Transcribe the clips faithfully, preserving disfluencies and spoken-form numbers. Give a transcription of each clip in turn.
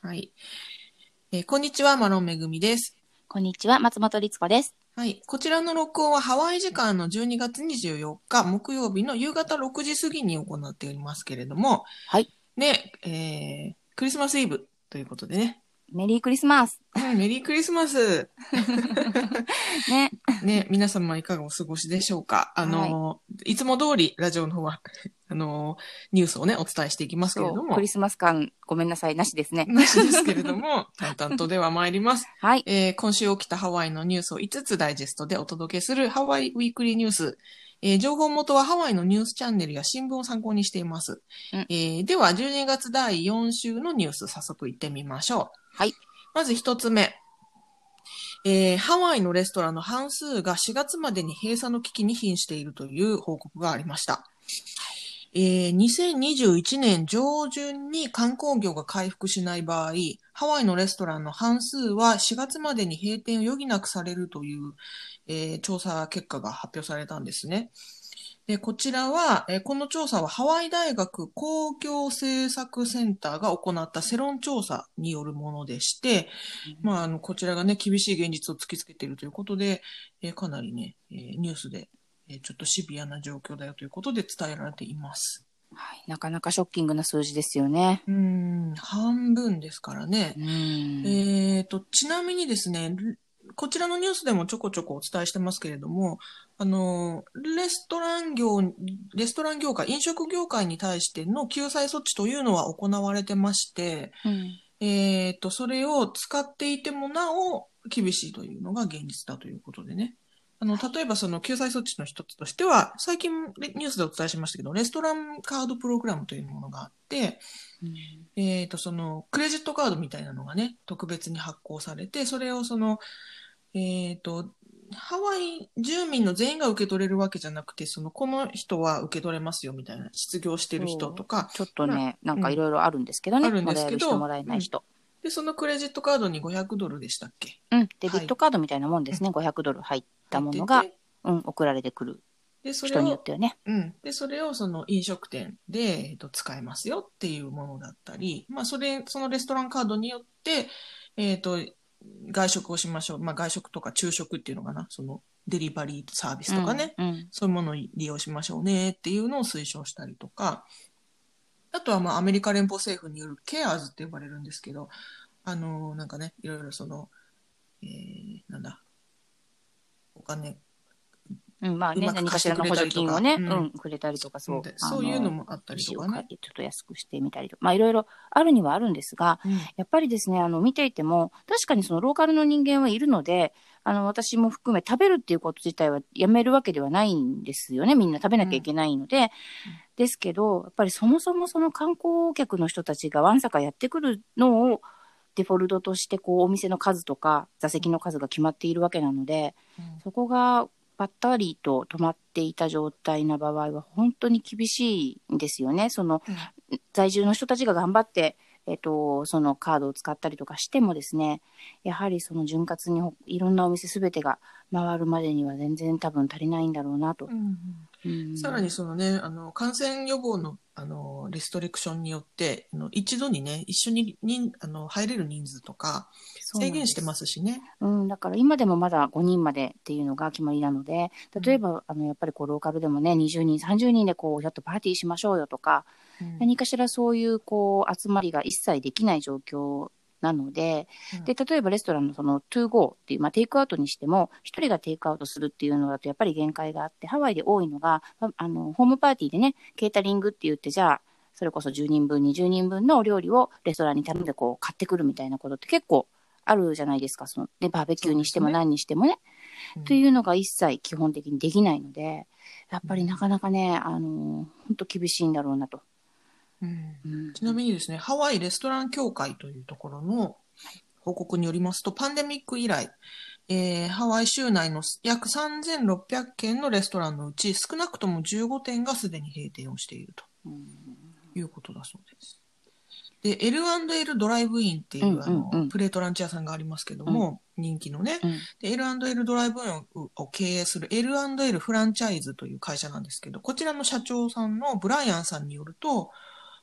はい。えーこんにちは、マロンめぐみです。 こんにちは、松本律子です。 はい。こちらの録音はハワイ時間のじゅうにがつにじゅうよっか木曜日の夕方ろくじ過ぎに行っておりますけれども、 はい。 ね、えー、クリスマスイブということでね。 メリークリスマス。 うん、メリークリスマス。 ね。 ね、皆様いかがお過ごしでしょうか。あはい。 の、いつも通りラジオの方は、あの、ニュースをね、お伝えしていきますけれどそう、クリも、 スマス感、ごめんなさい、なしですね。 なしですけれども、淡々とでは参ります。 はい。 えー今週起きたハワイのニュースをいつつダイジェストでお届けするハワイウィークリーニュース。えー情報元はハワイのニュースチャンネルや新聞を参考にしています。 うんえーでは、じゅうにがつだいよん週のニュース、早速行ってみましょう。 はい。ままず一つ目。えーハワイのレストランの半数がしがつまでに閉鎖の危機に瀕しているという報告がありました。えーにせんにじゅういちねん上旬に観光業が回復しない場合、ハワイのレストランの半数はしがつまでに閉店を余儀なくされるという、えー調査結果が発表されたんですね。でこちらは、えーこの調査はハワイ大学工業政策センターが行った世論調査によるものでして、まあ、あのこちらがね、厳しい現実を突きつけているということで、えーかなりね、えーニュースで、えーちょっとシビアな状況だよということで伝えられています。 はい。なかなかショッキングな数字ですよね。 うーん、半分ですからね。 うーん。 えーと、ちなみにですね、ルこちらのニュースでもちょこちょこお伝えしてますけれども、あの、レストラン業、レストラン業界、飲食業界に対しての救済措置というのは行われてまして、 うん。 えーと、それを使っていてもなお厳しいというのが現実だということでね。あの、例えばその救済措置の一つとしては、最近ニュースでお伝えしましたけど、レストランカードプログラムというものがあって、 うん。 えーと、その、クレジットカードみたいなのがね、特別に発行されて、それをその、えーと、ハワイ住民の全員が受け取れるわけじゃなくて、その、この人は受け取れますよみたいな、失業してる人とそう。 か、 ちょっとまあ、 ね、なんうん、 かいろいろあるんですけどね。 あるんですもらえる人、もけど、 らえうん。 ない人。 で、そのクレジットカードにごひゃくドルでしたっけ？ うん。デビッはい。 トカードみたいなもんでうん。 すね。ごひゃくドル入った入っものが、 てて、 うん、送られてくる。 で、それ人によっを、 てはね。 うん。で、それをその飲食店で、えっと、使えますよっていうものだったり、まあ、それ、そのレストランカードによって、えっと、外食をしましょう。まあ、外食とか昼食っていうのかな。その、デリバリーサービスうん。 とかね。 うん。 そういうものを利用しましょうねっていうのを推奨したりとか、あとはまあ、アメリカ連邦政府によるケアーズって呼ばれるんですけど、あのーなんかね、いろいろその、えー、なんだ、お金、 うん、まあね、 うまく何か貸してくれしらの補助たりとか、 金をね、 うん。 うん、くれたりとか、そう、 でそういうのあの、 もあったりと利子をかね。 かちょっと安くしてみたりとか、まあいろいろあるにはあるんですが、 うん。 やっぱりですね、あの、見ていても、確かにそのローカルの人間はいるので、あの、私も含め食べるっていうこと自体はやめるわけではないんですよね。みんな食べなきゃいけないので。ですけど、やっぱりそもそもその観光客の人たちがわんさかやってくるのを、デフォルトとしてこうお店の数とか座席の数が決まっているわけなので、 うん。 そこがぱったりと止まっていた状態な場合は本当に厳しいんですよね。そのうん。 在住の人たちが頑張って、えっと、そのカードを使ったりとかしてもですね、やはりその潤滑にいろんなお店すべてが回るまでには全然多分足りないんだろうなと。 うん。 うん、 さらにそのね、あの、感染予防の、あの、リストリクションによって、あの一度にね、一緒に人あの入れる人数とかそう制限してまなんです。 すしね。 うん、だから今でもまだごにんまでっていうのが決まりなので、例えば、あの、やっぱりこう、ローカルでもね、にじゅうにん、さんじゅうにんでこう、ちょっとパーティーしましょうよとか、 うん。 何かしらそういうこう、集まりが一切できない状況なので、 うん。 で、例えばレストランのその、トゥーゴーっていう、まあ、テイクアウトにしても、一人がテイクアウトするっていうのだとやっぱり限界があって、ハワイで多いのが、ああの、ホームパーティーでね、ケータリングって言って、じゃあ、それこそじゅうにんぶん、にじゅうにんぶんのお料理をレストランに頼んでこう、買ってくるみたいなことって結構あるじゃないですか。そのでバーベキューにしても何にしてもね。 うん。 というのが一切基本的にできないので、やっうん。 ぱりなかなかね、あの、本当厳しいんだろうなと。 うんうん。 ちなみにですね、ハワイレストラン協会というところの報告によりますと、パンデミック以来、えーハワイ州内の約さんぜんろっぴゃくけんのレストランのうち、少なくともじゅうごてんがすでに閉店をしているとうんいうことだそうです。で、エルアンドエル ドライブインっていう、 うんあの、 うんうん。 プレートランチ屋さんがありますけどうんも、人気のね。 うんで、エルアンドエル ドライブインをを経営する エルアンドエル フランチャイズという会社なんですけど、こちらの社長さんのブライアンさんによると、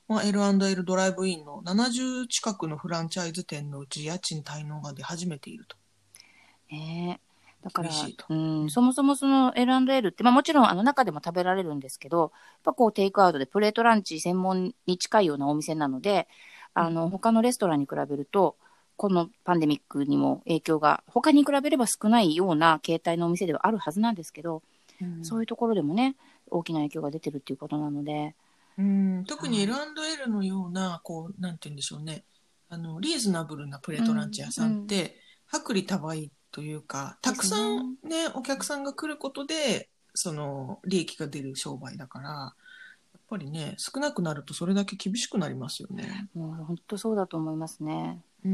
まあ、エルアンドエル ドライブインのななじゅう近くのフランチャイズ店のうち家賃滞納が出始めていると。 ねえ。だから、 厳しいと。 うん、 うんそもそもその エルアンドエル って、まあもちろんあの中でも食べられるんですけど、やっぱこうテイクアウトでプレートランチ専門に近いようなお店なので、あの、他のレストランに比べると、このパンデミックにも影響が、他に比べれば少ないような形態のお店ではあるはずなんですけど、 うん、 そういうところでもね、大きな影響が出てるっていうことなので、 うん、特にはいエルアンドエル のような、こう、なんて言うんでしょうね。あの、リーズナブルなプレートランチ屋さんっうんて、薄利多売というか、たくさんね、お客さんが来ることで、その、利益が出る商売だから、やっぱりね、少なくなるとそれだけ厳しくなりますよね。 もう本当そうだと思いますね。 うん。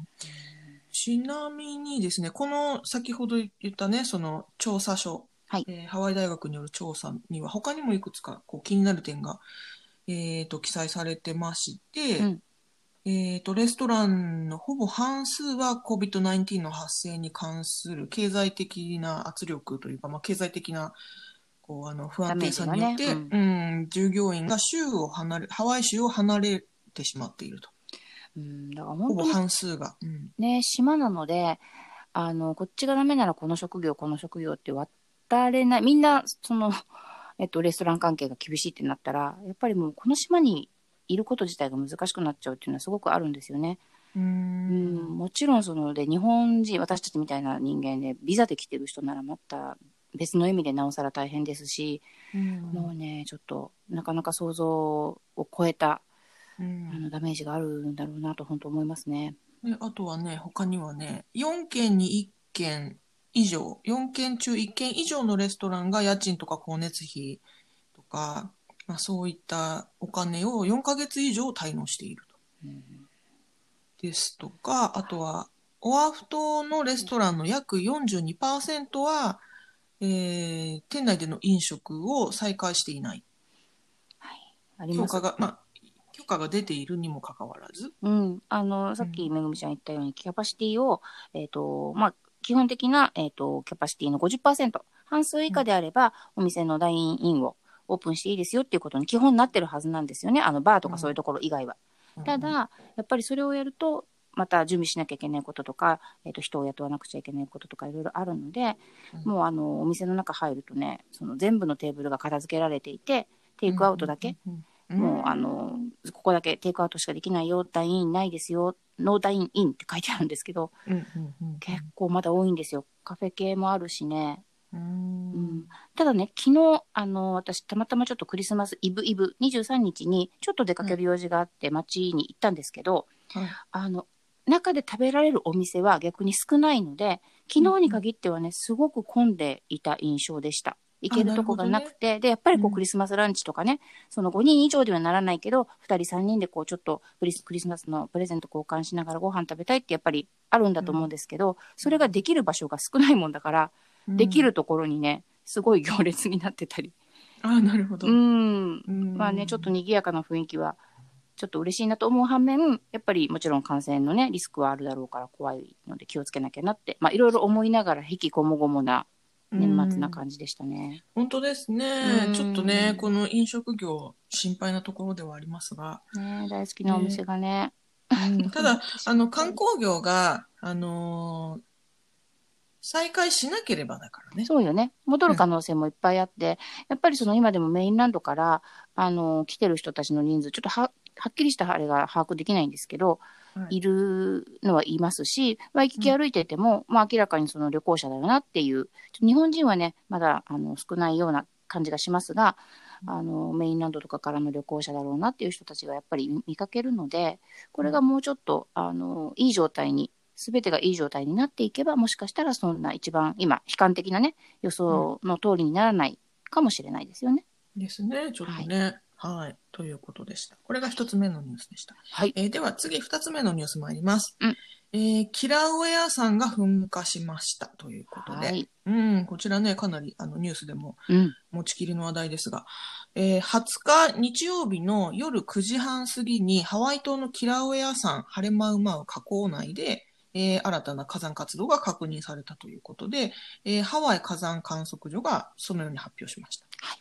ちなみにですね、この先ほど言ったね、その調査書、 はい。 えーハワイ大学による調査には他にもいくつかこう気になる点が、えーと、記載されてまして、 うん。 えーと、レストランのほぼ半数は コービッドナインティーン の発生に関する経済的な圧力というか、まあ、経済的なこうあの不安定さによって、 ダメージがねうん、従業員が州を離れ、ハワイ州を離れてしまっていると。 うん、だからほぼ本当に半数が。うんね、島なので、あの、こっちがダメならこの職業、この職業って渡れない。みんな、その、えっと、レストラン関係が厳しいってなったら、やっぱりもうこの島にいること自体が難しくなっちゃうっていうのはすごくあるんですよね。 うーうん、もちろんそので、日本人、私たちみたいな人間で、ビザで来てる人ならまた別の意味でなおさら大変ですし、 うんもうね、ちょっと、なかなか想像を超えた、 うんあの、ダメージがあるんだろうなと本当思いますね。 で、あとはね、他にはね、よんけんにいっけん以上、よんけん中いっけん以上のレストランが家賃とか光熱費とか、まあ、そういったお金をよんかげつ以上滞納していると。 うんですとか、あとは、オアフ島のレストランの約よんじゅうにパーセントは、えー店内での飲食を再開していない。 はい、あります。 許可が、まあ、許可が出ているにもかかわらず。 うん、あの、さっきめぐみちゃん言ったように、キャパシティを、えっと、まあ、基本的な、えっと、キャパシティのごじゅっパーセント、半数以下であれば、お店のダインインをオープンしていいですよっていうことに基本なってるはずなんですよね。あの、バーとかそういうところ以外は。 うんただ、やっぱりそれをやると、また準備しなきゃいけないこととか、えっと、人を雇わなくちゃいけないこととかいろいろあるので、 うんもうあの、お店の中入るとね、その全部のテーブルが片付けられていて、テイクアウトだけ、 うんうんもう、あの、ここだけテイクアウトしかできないよ、ダインインないですよ、ノーダインインって書いてあるんですけど、 うんうんうん結構まだ多いんですよ。カフェ系もあるしね。 うーうんん、ただね、昨日、あの、私、たまたまちょっとクリスマスイブイブ、にじゅうさんにちにちょっと出かける用事があって街に行ったんですけど、 はいあの、中で食べられるお店は逆に少ないので、昨日に限ってはね、すごく混んでいた印象でした。行けるとこがなくて、で、やっぱりこううんクリスマスランチとかね、そのごにん以上ではならないけど、ふたりさんにんでこうちょっとクリスクリスマスのプレゼント交換しながらご飯食べたいってやっぱりあるんだと思うんですけど、それができる場所が少ないもんだから、できるところにね、すごい行列になってたり。 ああ、なるほど。 うーん。 うんまあね、ちょっと賑やかな雰囲気は、ちょっと嬉しいなと思う反面、やっぱりもちろん感染のね、リスクはあるだろうから怖いので気をつけなきゃなって、まあいろいろ思いながら、引きこもごもな年末な感じでしたね。 本当ですうね。 んちょっとね、この飲食業、心配なところではありますが。 ね、大好きなお店がね。 うんただ、あの、観光業が、あのー再開しなければだからね。 そうよね。戻る可能性もいっぱいあって、やっぱりその今でもメインランドから、あの、来てる人たちの人数、ちょっとは、はっきりしたあれが把握できないんですけど、 はいいるのはいますし、ワイキキ歩いてても、まあ明らかにその旅行者だよなっていう、日本人はね、まだあの少ないような感じがしますが、あのメインランドとかからの旅行者だろうなっていう人たちがやっぱり見かけるので、これがもうちょっと、あの、いい状態に、すべてがいい状態になっていけば、もしかしたらそんな一番今、悲観的なね、予想の通りにならないかもしれないですよね。 ですね、ちょっとね。はい。ということでした。これが一つ目のニュースでした。 はい。 えーでは次、二つ目のニュース参ります。 うんえーキラウェア山が噴火しましたということで。 はい。 うん、こちらね、かなりあのニュースでもうん。 持ちきりの話題ですが、えーはつか日曜日の夜くじはん過ぎにハワイ島のキラウェア山ハレマウマウ火口内で、えー新たな火山活動が確認されたということで、えーハワイ火山観測所がそのように発表しました。 はい。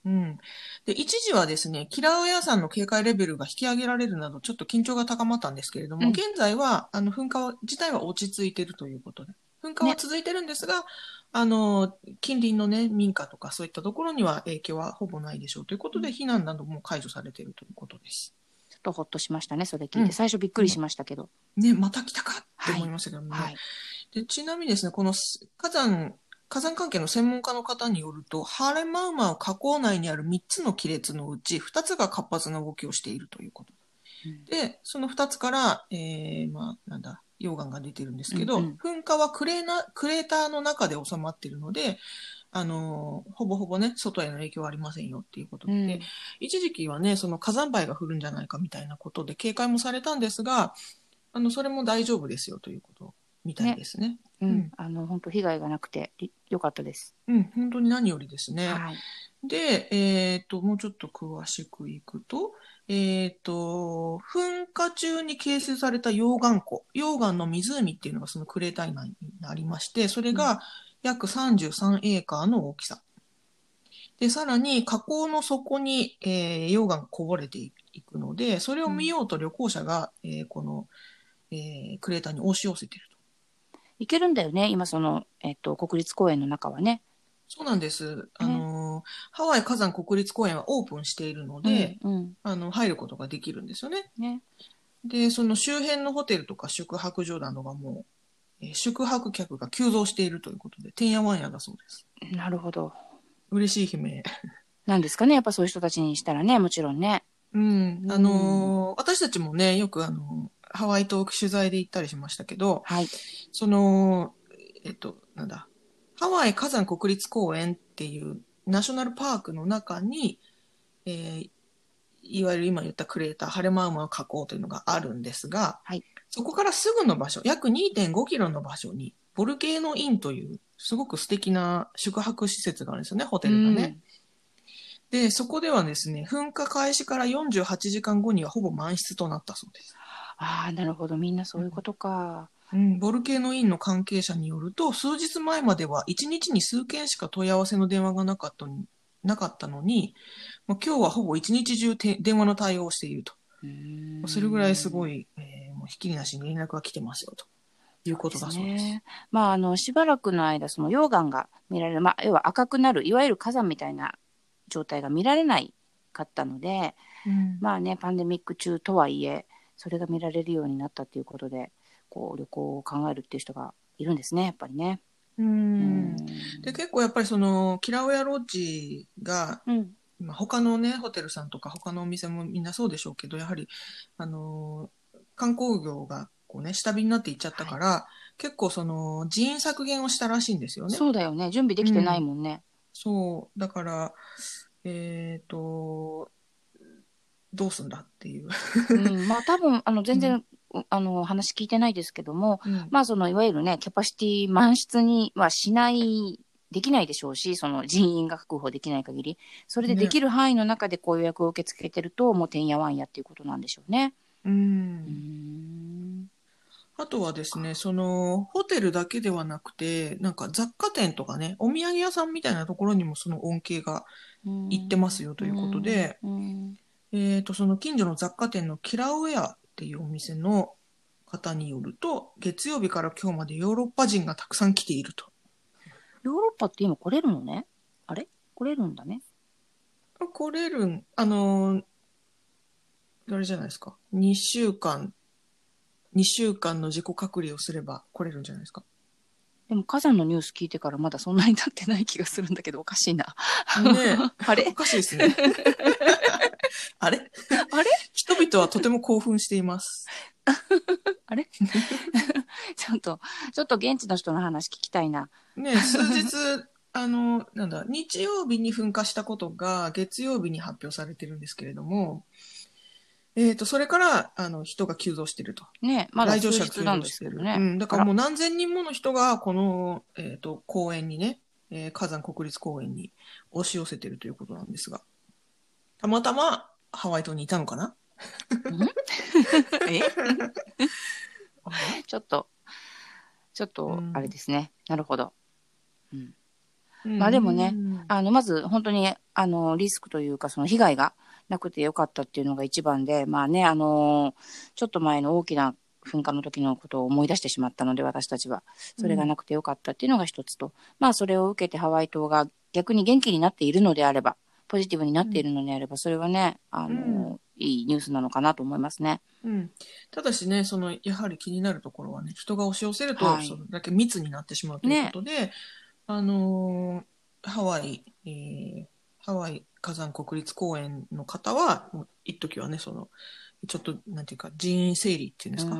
うん。で、一時はですね、キラウエア山の警戒レベルが引き上げられるなど、ちょっと緊張が高まったんですけれども、 うん現在は、あの、噴火自体は落ち着いているということで、噴火はね。 続いてるんですが、あの、近隣のね、民家とかそういったところには影響はほぼないでしょうということで、避難なども解除されているということです。 ちょっとほっとしましたね、それ聞いて。 うん。 最初びっくりしましたけど。 ね、また来たかってはい。 思いましたけどね。 はい。 で、ちなみにですね、このす火山、火山関係の専門家の方によると、ハーレンマウマウ火口内にあるみっつの亀裂のうちふたつが活発な動きをしているということうんで、そのふたつから、えー、まあ、なんだ、溶岩が出てるんですけど、 うんうん噴火はクレーナクレーターの中で収まっているので、あのーほぼほぼね、外への影響はありませんよっていうことで、 うん一時期はね、その火山灰が降るんじゃないかみたいなことで警戒もされたんですが、あの、それも大丈夫ですよということみたいですね。 ううんん。 あの、本当被害がなくてりよかったです。 うん、本当に何よりですね。 はい。 で、えっと、もうちょっと詳しくいくと、えっと、噴火中に形成された溶岩湖、溶岩の湖っていうのがそのクレーター内にありまして、それが約さんじゅうさんエーカーの大きさ。で、さらに火口の底に、えー溶岩がこぼれていくので、それを見ようと旅行者が、えーこの、えークレーターに押し寄せていると。 行けるんだよね、今その、えっと、国立公園の中はね。 そうなんです。あね。 の、ハワイ火山国立公園はオープンしているのうんで、 うん。 あの、入ることができるんですよね。 ね。 で、その周辺のホテルとか宿泊所などがもう、えー宿泊客が急増しているということで、てんやわんやだそうです。 なるほど。 嬉しい悲鳴。 なんですかね、やっぱそういう人たちにしたらね、もちろんね。 うん。 うんあのー私たちもね、よくあの、ハワイ島取材で行ったりしましたけど、 はい。 その、えっと、なんだ、ハワイ火山国立公園っていうナショナルパークの中に、えーいわゆる今言ったクレーター、ハレマウマの火口というのがあるんですが、 はい。 そこからすぐの場所、約 にてんごキロの場所に、ボルケーノインという、すごく素敵な宿泊施設があるんですよね、ホテルがね。で、そこではですね、噴火開始からよんじゅうはちじかんごにはほぼ満室となったそうです。 ああ、なるほど。みんなそういうことか。 うん、ボルケーノインの関係者によると、数日前まではいちにちに数件しか問い合わせの電話がなかったのに、なかったのに、もう今日はほぼ一日中て電話の対応をしていると。 うーんそれぐらいすごい、えーもうひっきりなしに連絡が来てますよということだそうです。 ね。まあ、あの、しばらくの間、その溶岩が見られる、まあ、要は赤くなる、いわゆる火山みたいな状態が見られないかったので、 うんまあね、パンデミック中とはいえ、それが見られるようになったっていうことで、こう、旅行を考えるっていう人がいるんですね、やっぱりね。 ううんんで、結構やっぱりその、キラウエアロッジが、 うん。 まあ、他のね、ホテルさんとか他のお店もみんなそうでしょうけど、やはり、あのー観光業がこうね、下火になっていっちゃったから、結構その、人員削減をしたらしいんですよね。 そうだよね。準備できてないもんね。 そう。だから、えっと、どうすんだっていう。 うん、まあ多分、あの、全うん然、うあの、話聞いてないですけども、 うんまあその、いわゆるね、キャパシティ満室にはしない、できないでしょうし、その人員が確保できない限り、それででね。 きる範囲の中でこう予約を受け付けてると、もうてんやわんやっていうことなんでしょうね。 ううーん。 ん。 あとはですね、その、ホテルだけではなくて、なんか雑貨店とかね、お土産屋さんみたいなところにもその恩恵がいってますよということで、 うん。 えっと、その近所の雑貨店のキラウエアっていうお店の方によると、月曜日から今日までヨーロッパ人がたくさん来ていると。 ヨーロッパって今来れるのね。あれ来れるんだね。 来れるん、あの、あれじゃないですか。にしゅうかん、にしゅうかんの自己隔離をすれば来れるんじゃないですか。 でも火山のニュース聞いてからまだそんなに経ってない気がするんだけど、おかしいな。 ねえ。 あれおかしいですね。あれあれ人々はとても興奮しています。 あれちょっと、ちょっと現地の人の話聞きたいな。 ねえ、数日、あの、なんだ、日曜日に噴火したことが月曜日に発表されてるんですけれども、えっと、それから、あの、人が急増してると。 ね、まだ来場数者が急日なんで増してる。 すけどね。 うん。だからもう何千人もの人が、この、えっと、公園にね、えー火山国立公園に押し寄せてるということなんですが、たまたまハワイ島にいたのかな。 えちょっと、ちょっと、あれですね。なるほど。うん。 まあでもね、あの、まず本当に、あの、リスクというか、その被害がなくてよかったっていうのが一番で、まあね、あの、ちょっと前の大きな噴火の時のことを思い出してしまったので、私たちは。それがなくてよかったっていうのが一つと、うん、まあそれを受けてハワイ島が逆に元気になっているのであれば、ポジティブになっているのであれば、それはね、あの、うん、いいニュースなのかなと思いますね。 うん、ただしね、そのやはり気になるところはね、人が押し寄せると、それだけ密になってしまうということで、ね、あのー、ハワイ、えー、ハワイ火山国立公園の方は、一時はね、その、ちょっと、なんていうか、人員整理っていうんですか、うん、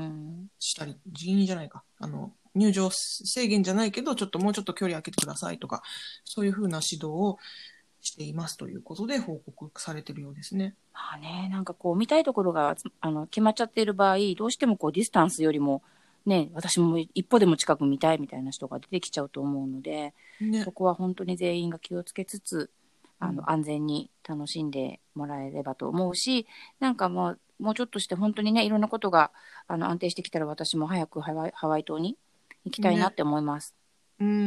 したり、人員じゃないか、あの、入場制限じゃないけど、ちょっともうちょっと距離空けてくださいとか、そういうふうな指導をしていますということで報告されているようですね。 まあね、なんかこう見たいところがあの決まっちゃっている場合、どうしてもこうディスタンスよりもね、私も一歩でも近く見たいみたいな人が出てきちゃうと思うので、ね、そこは本当に全員が気をつけつつ、あの、うん、安全に楽しんでもらえればと思うし、なんかもうもうちょっとして本当にね、いろんなことがあの安定してきたら私も早くハワイ、ハワイ島に行きたいなって思います。 ね、うん、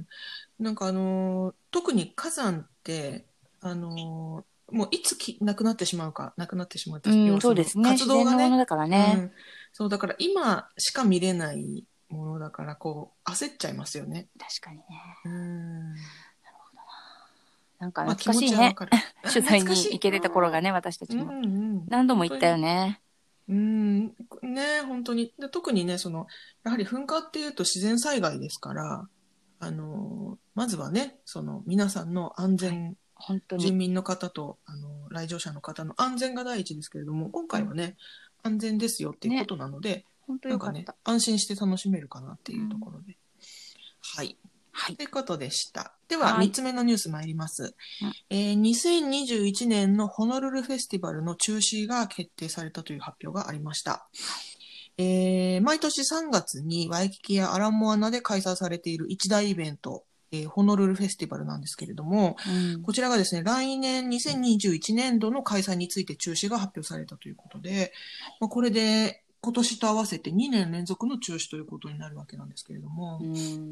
なんかあのー、特に火山ってあのー、もういつきなくなってしまうか、なくなってしまうって、 うん、そうですね。 活動がね、自然のものだからね、 うん。そう、だから今しか見れないものだから、こう、焦っちゃいますよね。 確かにね。 うん。 なるほどな。なんか懐かしいね。まあ、取材に行けてた頃がね、私たちも。うんうん、何度も行ったよね。 うん、ね、本当に。で、特にね、その、やはり噴火っていうと自然災害ですから、あの、まずはね、その皆さんの安全、はい、本当に住民の方とあの来場者の方の安全が第一ですけれども、今回はね、うん、安全ですよっていうことなので、ね、本当よかった。なんかね、安心して楽しめるかなっていうところで。うん、はい。はい。ということでした。では、みっつめのニュース参ります。えー、にせんにじゅういちねんのホノルルフェスティバルの中止が決定されたという発表がありました。えー、毎年さんがつにワイキキやアラモアナで開催されている一大イベント、えー、ホノルルフェスティバルなんですけれども、うん、こちらがですね、来年にせんにじゅういちねんどの開催について中止が発表されたということで、まあ、これで今年と合わせてにねん連続の中止ということになるわけなんですけれども、うん、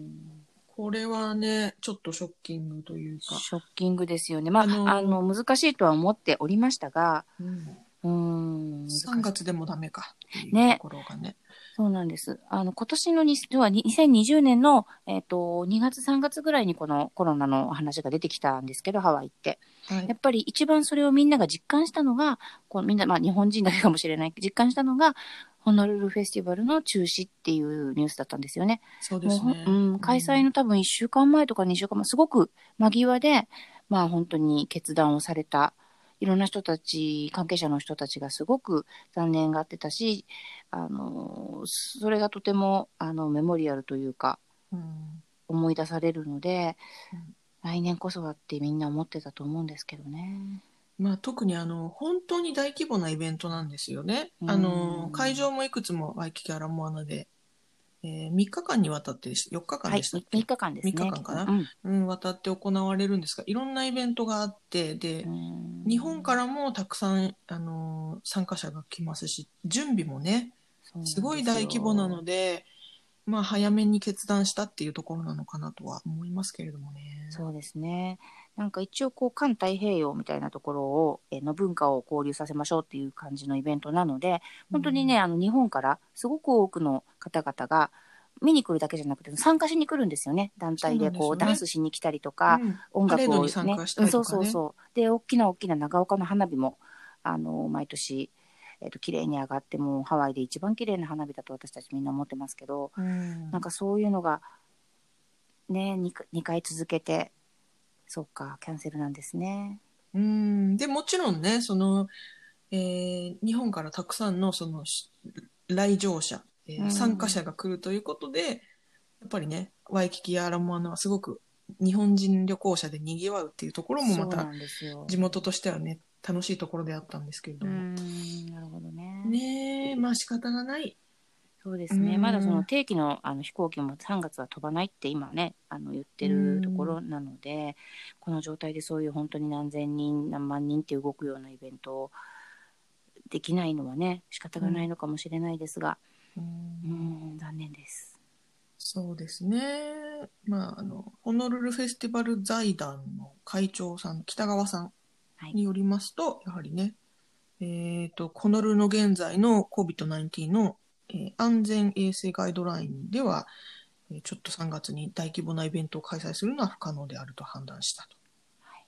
これはね、ちょっとショッキングというか。 ショッキングですよね。まあ、あのー、あの難しいとは思っておりましたが、 うんうーんさんがつでもダメかっていうところがね。ねそうなんです。あの、今年のに、はにせんにじゅうねんの、えっと、にがつさんがつぐらいにこのコロナの話が出てきたんですけど、ハワイって。はい、やっぱり一番それをみんなが実感したのが、こうみんな、まあ日本人だけかもしれない、実感したのが、ホノルルフェスティバルの中止っていうニュースだったんですよね。 そうですね。 うん、開催の多分いっしゅうかんまえとかにしゅうかんまえ、すごく間際で、まあ本当に決断をされた。いろんな人たち、関係者の人たちがすごく残念がってたし、あの、それがとても、あの、メモリアルというか、うん、思い出されるので、うん、来年こそはってみんな思ってたと思うんですけどね。 まあ、特にあの、本当に大規模なイベントなんですよね。あの、会場もいくつもワイキキアラモアナで、えー、みっかかんにわたって、よっかかんでしたっけ、 はい、みっかかんですね。 みっかかんかな、うん、うん、渡って行われるんですが、いろんなイベントがあって、で、日本からもたくさん、あのー、参加者が来ますし、準備もね、すごい大規模なので、まあ、早めに決断したっていうところなのかなとは思いますけれどもね。 そうですね。なんか一応こう環太平洋みたいなところをえの文化を交流させましょうっていう感じのイベントなので、本当にね、うん、あの日本からすごく多くの方々が見に来るだけじゃなくて参加しに来るんですよね。団体でこう、ね、ダンスしに来たりとか、うん、音楽をね、 参加したりとかね、 そうそうそう。で、大きな大きな長岡の花火もあの毎年えっと綺麗に上がって、もうハワイで一番綺麗な花火だと私たちみんな思ってますけど、うん、なんかそういうのがね、に, にかい続けて、そうか、キャンセルなんですね。 うん、でもちろんね、その、えー、日本からたくさんのその来場者、えー、参加者が来るということで、やっぱりね、ワイキキやアラモアナはすごく日本人旅行者で賑わうっていうところもまた地元としてはね、楽しいところであったんですけれども。 うーん、なるほどね。 ねえ、まあ仕方がない。 そうですね。まだその定期のあの飛行機もさんがつは飛ばないって今ね、あの言ってるところなので、この状態でそういう本当に何千人、何万人って動くようなイベントをできないのはね、仕方がないのかもしれないですが、うん、うーん残念です。 そうですね。 まあ、あの、ホノルルフェスティバル財団の会長さん、北川さんによりますと、はい、やはりね、えっと、ホノルルの現在の コービッドナインティーン の、えー、安全衛生ガイドラインでは、えー、ちょっとさんがつに大規模なイベントを開催するのは不可能であると判断したと。はい。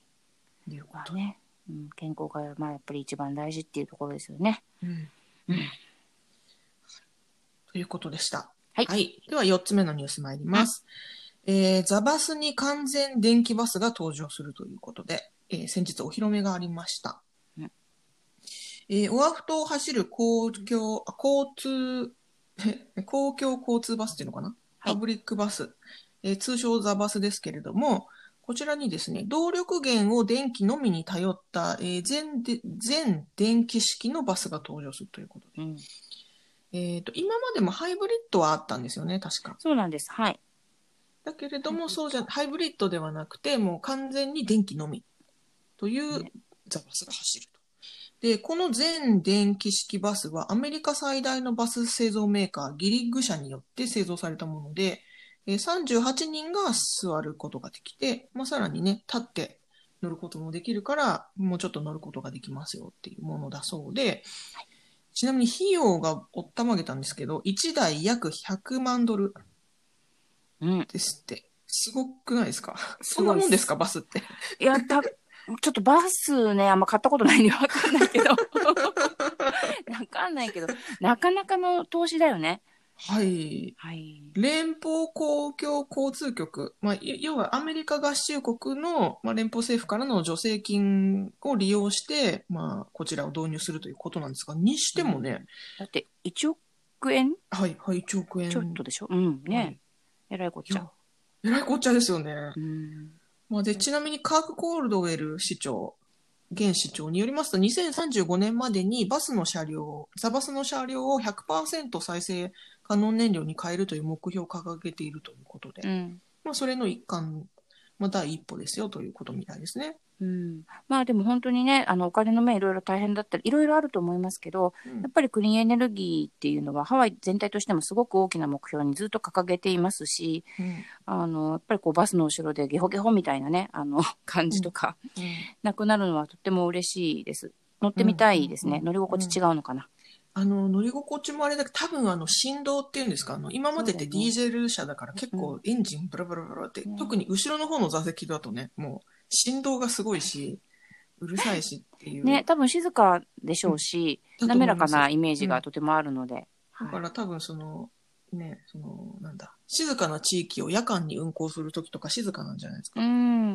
いうことで。 まあね、うん、健康がまあやっぱり一番大事っていうところですよね。うん。うん、 ということでした。 はい。 はい。ではよっつめのニュース参ります。うん、えー、ザバスに完全電気バスが登場するということで、えー、先日お披露目がありました。うん、えー、オアフ島を走る公共、交通、公共交通バスっていうのかな、はい、パブリックバス、えー、通称ザバスですけれども、こちらにですね、動力源を電気のみに頼った、えー、全で全電気式のバスが登場するということで。うん、えっと、今までもハイブリッドはあったんですよね、確か。 そうなんです。はい。 だけれども、そうじゃ、ハイブリッドではなくて、もう完全に電気のみというザバスが走ると。で、この全電気式バスはアメリカ最大のバス製造メーカーギリッグ社によって製造されたもので、さんじゅうはちにんが座ることができて、まあ、さらにね、立って乗ることもできるから、もうちょっと乗ることができますよっていうものだそうで、はい、ちなみに費用がおったまげたんですけど、いちだい約ひゃくまんドルですって。うん、すごくないですか？そんなもんですか、バスって。 いや、た、ちょっとバスね、あんま買ったことないんでわかんないけど。わかんないけど、なかなかの投資だよね。 はい。はい、連邦公共交通局、まあ、要はアメリカ合衆国の、まあ、連邦政府からの助成金を利用して、まあ、こちらを導入するということなんですが、にしてもね。うん、 だっていちおくえん？ はい、はい、いちおくえん。 ちょっとでしょ？うんね。はい、えらいこっちゃ。 えらいこっちゃですよね。うん、まあ、で、ちなみにカーク・コールドウェル市長、現市長によりますと、にせんさんじゅうごねんまでにバスの車両、ザバスの車両を ひゃくパーセント 再生可能燃料に変えるという目標を掲げているということで、うん、まあ、それの一環、まあ、第一歩ですよということみたいですね。 うん、まあでも本当にね、あのお金の面いろいろ大変だったりいろいろあると思いますけど、うん、やっぱりクリーンエネルギーっていうのはハワイ全体としてもすごく大きな目標にずっと掲げていますし、うん、あのやっぱりこうバスの後ろでゲホゲホみたいなねあの感じとか、うんうん、なくなるのはとっても嬉しいです。乗ってみたいですね。うんうんうん、乗り心地違うのかな。 あの乗り心地もあれだけど、多分あの振動っていうんですか、あの今までってディーゼル車だから結構エンジンブラブラブラって、うん、特に後ろの方の座席だとね、もう振動がすごいし、うるさいしっていう。 ね、多分静かでしょうし、うん、滑らかなイメージがとてもあるので。 うん、だから多分その、ね、その、なんだ、静かな地域を夜間に運行するときとか静かなんじゃないですか。 うん、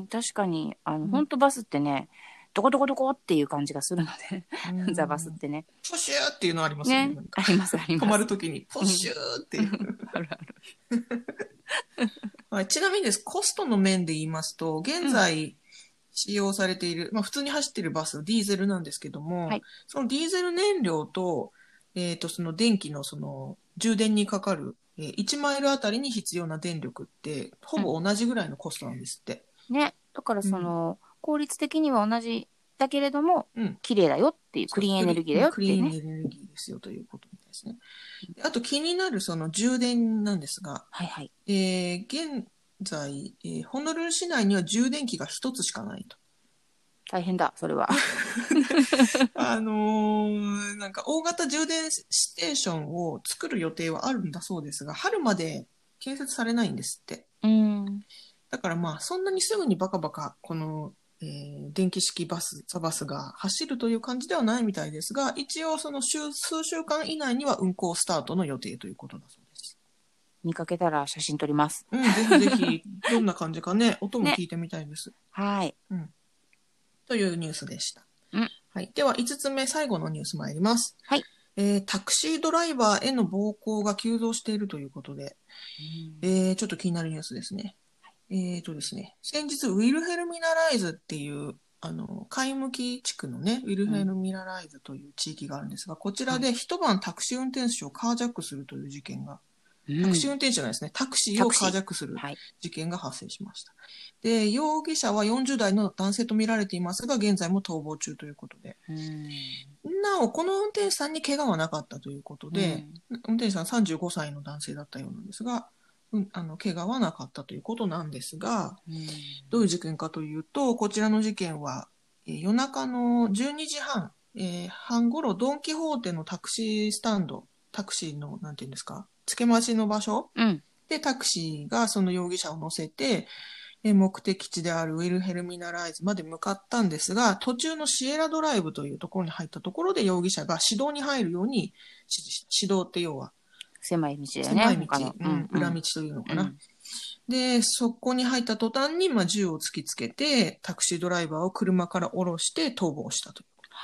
確かに、あの、うん、本当バスってね、どこどこどこっていう感じがするので、ザバスってね。 ポシューっていうのありますよね。 ね、ありますあります。 止まるときに、ポシューっていう。あるある。はい、ちなみにです、コストの面で言いますと、現在、うん使用されている、まあ普通に走っているバス、ディーゼルなんですけども、はい、そのディーゼル燃料と、えっと、その電気のその充電にかかる、えー、いちマイルあたりに必要な電力って、ほぼ同じぐらいのコストなんですって。 うん、ね。だからその、うん、効率的には同じだけれども、うん、綺麗だよっていう、クリーンエネルギーだよっていう、ね。 クリーンエネルギーですよということみたいですね。あと気になるその充電なんですが、はいはい。えー、現在、えー、ホノルル市内には充電器が一つしかないと。 大変だ、それは。 あのー、なんか大型充電ステーションを作る予定はあるんだそうですが、春まで建設されないんですって。うん、だからまあ、そんなにすぐにバカバカ、この、えー、電気式バス、ザバスが走るという感じではないみたいですが、一応その数週間以内には運行スタートの予定ということだそうです。 見かけたら写真撮ります。 うん、ぜひぜひ、どんな感じかね、音も聞いてみたいです。ね、 はい。 うん。というニュースでした。 うん。 はい。では、いつつめ、最後のニュース参ります。 はい。 えー、タクシードライバーへの暴行が急増しているということで、うん、えー、ちょっと気になるニュースですね。はい、えーとですね、先日、ウィルヘルミナライズっていう、あの、貝向地区のね、ウィルヘルミナライズという地域があるんですが、こちらで一晩タクシー運転手をカージャックするという事件が、うん、タクシー運転手じゃないですね、タクシーをカージャックする事件が発生しました。はい、で、容疑者はよんじゅう代の男性と見られていますが、現在も逃亡中ということで、うんなお、この運転手さんに怪我はなかったということで、うん、運転手さんさんじゅうごさいの男性だったようなんですが、 うん、あの怪我はなかったということなんですが、 うん、 どういう事件かというと、こちらの事件は、えー夜中のじゅうにじはん、えー半頃、ドン・キホーテのタクシースタンド、タクシーの、なんていうんですか、付け回しの場所うん、 で、タクシーがその容疑者を乗せて、えー目的地であるウィルヘルミナライズまで向かったんですが、途中のシエラドライブというところに入ったところで容疑者が指導に入るように指示した。指導って要は、 狭い道だよね、 狭い道、 他の。 うん、裏道というのかな。 うん、 で、そこに入った途端に、まあ、銃を突きつけて、タクシードライバーを車から降ろして逃亡したということ。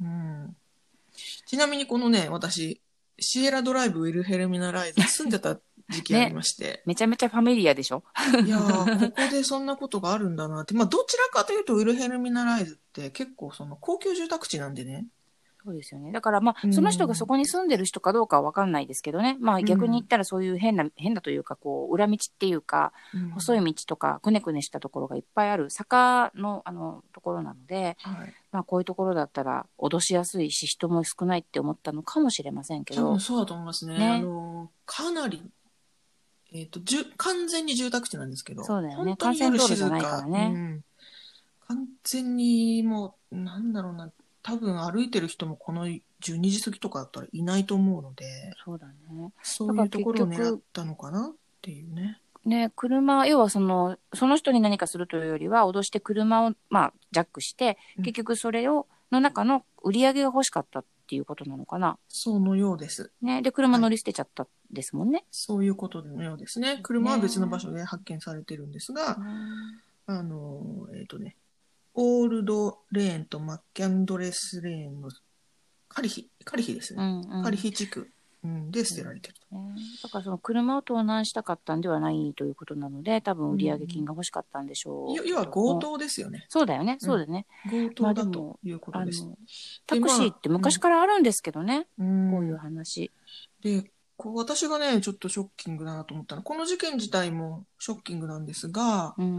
うん、ちなみにこのね、私、シエラドライブウィルヘルミナライズに住んでた時期ありね、 まして。 めちゃめちゃファミリアでしょ。 いやー、ここでそんなことがあるんだなって。まあ、どちらかというと、ウィルヘルミナライズって結構その高級住宅地なんでね。 そうですよね。だからまあ、 うん、 その人がそこに住んでる人かどうかはわかんないですけどね。まあ逆に言うん、 ったらそういう変な、変なというか、こう、裏道っていうか、 うん、 細い道とか、くねくねしたところがいっぱいある坂の、あの、ところなので、 はい。 まあこういうところだったら脅しやすいし、人も少ないって思ったのかもしれませんけど、 多分そうだと思いますね。あね。 の、かなり、えっと、じゅ、完全に住宅地なんですけど、 そうだよね。 本当に夜幹線道路じゃないから静か、うね。 ん、完全にもう、なんだろうな、多分歩いてる人もこのじゅうにじ過ぎとかだったらいないと思うので、 そうだね。 そういうとだから結ころを狙っ局、 たのかなっていうね。 ね、車、要はその、その人に何かするというよりは、脅して車を、まあ、ジャックして、 うん、 結局それを、の中の売り上げが欲しかったっていうことなのかな。 そのようです。 ね。で、車はい。 乗り捨てちゃったですもんね。 そういうことのようですね。車は別の場ね所で発見されてるんですが、 ねあの、えっとね、オールドレーンとマッキャンドレスレーンのカリヒ、カリヒですうね。 んうん。 カリヒ地区、うん、で捨てられてると。 ね、だからその車を盗難したかったんではないということなので、多分売うん、 上金が欲しかったんでしょう要けは強ども。 盗ですよね。 そうだよね。 うん、 そうだね。 強まあ盗だとでも、 いうことです。 あの、タで、 クシーっまあ、 て昔からあるんですけどね。 うこういうん、 話。 で、こう私がね、ちょっとショッキングだなと思ったのは、この事件自体もショッキングなんですが、 うん。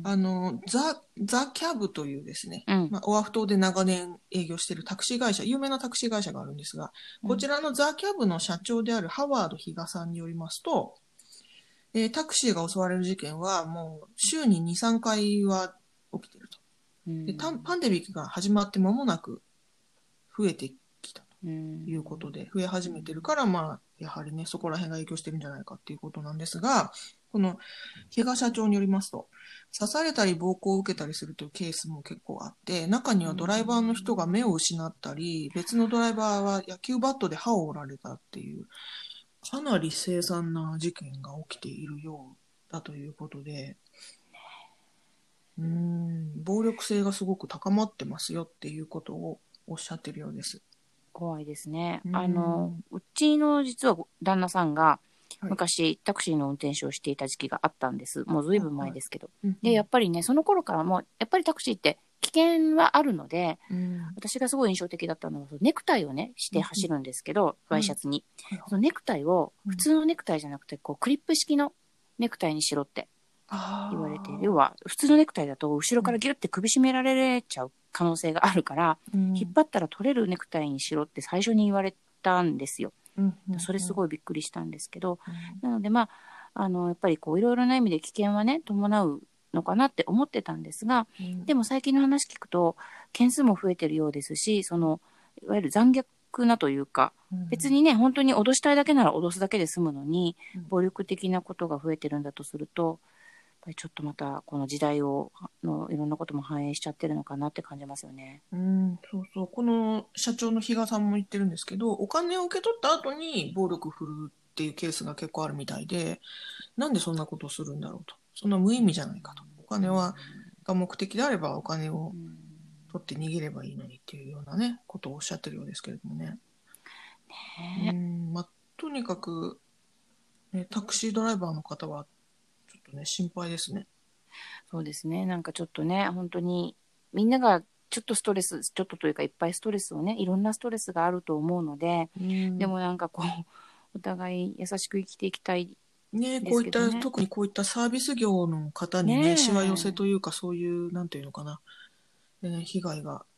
あの、ザ・ザ・キャブというですね、 うん。 まあ、オアフ島で長年営業しているタクシー会社、有名なタクシー会社があるんですが、こちらのザ・キャブの社長であるハワード・比嘉さんによりますと、えータクシーが襲われる事件はもう週にに、さんかいは起きていると。 うんで、パンデミックが始まって間もなく増えてきたとうんいうことで、増え始めてるから、まあ、やはりね、そこら辺が影響してるんじゃないかっていうことなんですが、この比嘉社長によりますと、刺されたり暴行を受けたりするというケースも結構あって、中にはドライバーの人が目を失ったり、別のドライバーは野球バットで歯を折られたっていう、かなり凄惨な事件が起きているようだということで、うーん、暴力性がすごく高まってますよっていうことをおっしゃってるようです。 怖いですね。 うーあの、 ん、 うちの実は旦那さんがはい、 昔タクシーの運転手をしていた時期があったんです。もうずいぶん前はい、 ですけど。 うんで、やっぱりね、その頃からもう、やっぱりタクシーって危険はあるので、 うん、 私がすごい印象的だったのは、ネクタイをね、して走るんですけど、ワイシャツに。 はい、 そのネクタイを、 うん普通のネクタイじゃなくて、こう、クリップ式のネクタイにしろって言われている。要は、普通のネクタイだと、後ろからギュッて首絞められちゃう可能性があるから、 うん、 引っ張ったら取れるネクタイにしろって最初に言われたんですよ。 うんうん、 それすごいびっくりしたんですけど、 うん、 なのでまあ、あの、やっぱりこう、いろいろな意味で危険はね、伴うのかなって思ってたんですが、 うん、 でも最近の話聞くと、件数も増えてるようですし、その、いわゆる残虐なというか、 うん、 別にね、本当に脅したいだけなら脅すだけで済むのに、 うん、 暴力的なことが増えてるんだとすると、やっぱりちょっとまたこの時代をのいろんなことも反映しちゃってるのかなって感じますよね。 うん、そうそう。この社長の比嘉さんも言ってるんですけど、お金を受け取った後に暴力振るうっていうケースが結構あるみたいで、なんでそんなことをするんだろうと。そんな無意味じゃないかと。お金は、が目的であればお金をうん取って逃げればいいのにっていうようなね、ことをおっしゃってるようですけれどもね。うねん、まあ、とにかく、ね、タクシードライバーの方は、ちょっとね、心配ですね。 そうですね。なんかちょっとね、本当にみんながちょっとストレス、ちょっとというかいっぱいストレスをね、いろんなストレスがあると思うので、 うん、 でもなんかこう、お互い優しく生きていきたいね、 でこういった、 すけどね。 特にこういったサービス業の方にね、しわ寄せねというか、そういう、なんていうのかな、えー被害が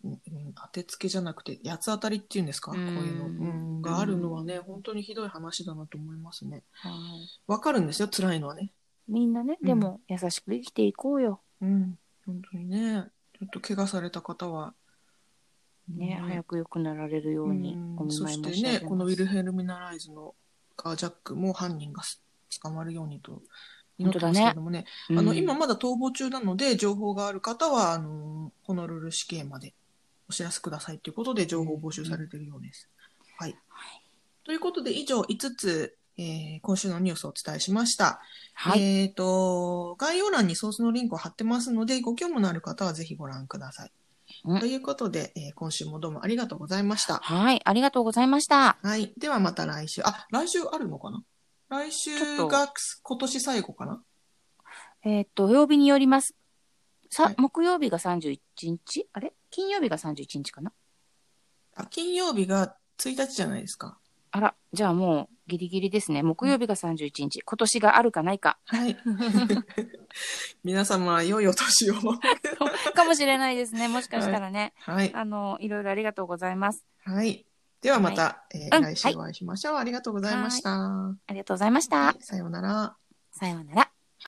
うん、当てつけじゃなくて八つ当たりっていうんですか、こういうの、うん、があるのはね、本当にひどい話だなと思いますね。わかるんですよ、辛いのはね。 みんなね、でも優しく生きていこうよ。 うん、本当にね、ちょっと怪我された方はね、ね、早く良くなられるようにお見舞い申し上げます。そしてね、 このウィルヘルミナライズのカージャックも犯人が捕まるようにと祈ってますけれどもね、ね、うん、あの今まだ逃亡中なので、情報がある方はあのホノルル市警までお知らせくださいということで情報を募集されているようです。うん、はい、はい。ということで以上いつつ、えー、今週のニュースをお伝えしました。はい、えっと、概要欄にソースのリンクを貼ってますので、ご興味のある方はぜひご覧ください。うん、ということで、えー、今週もどうもありがとうございました。 はい、ありがとうございました。 はい。ではまた来週。あ、来週あるのかな？来週が今年最後かな？ えっと、曜日によります。さ、はい、木曜日がさんじゅういちにち？あれ？金曜日がさんじゅういちにちかな？ あ、金曜日がついたちじゃないですか。 あら、じゃあもうギリギリですね。木曜日がさんじゅういちにち。うん、今年があるかないか。 はい。皆様、良いお年を。 かもしれないですね。もしかしたらね。 はい。 あの、いろいろありがとうございます。 はい。ではまた、はいえーうん、来週お会いしましょう、はい。ありがとうございました。 ありがとうございました。 はい、さようなら。 さようなら。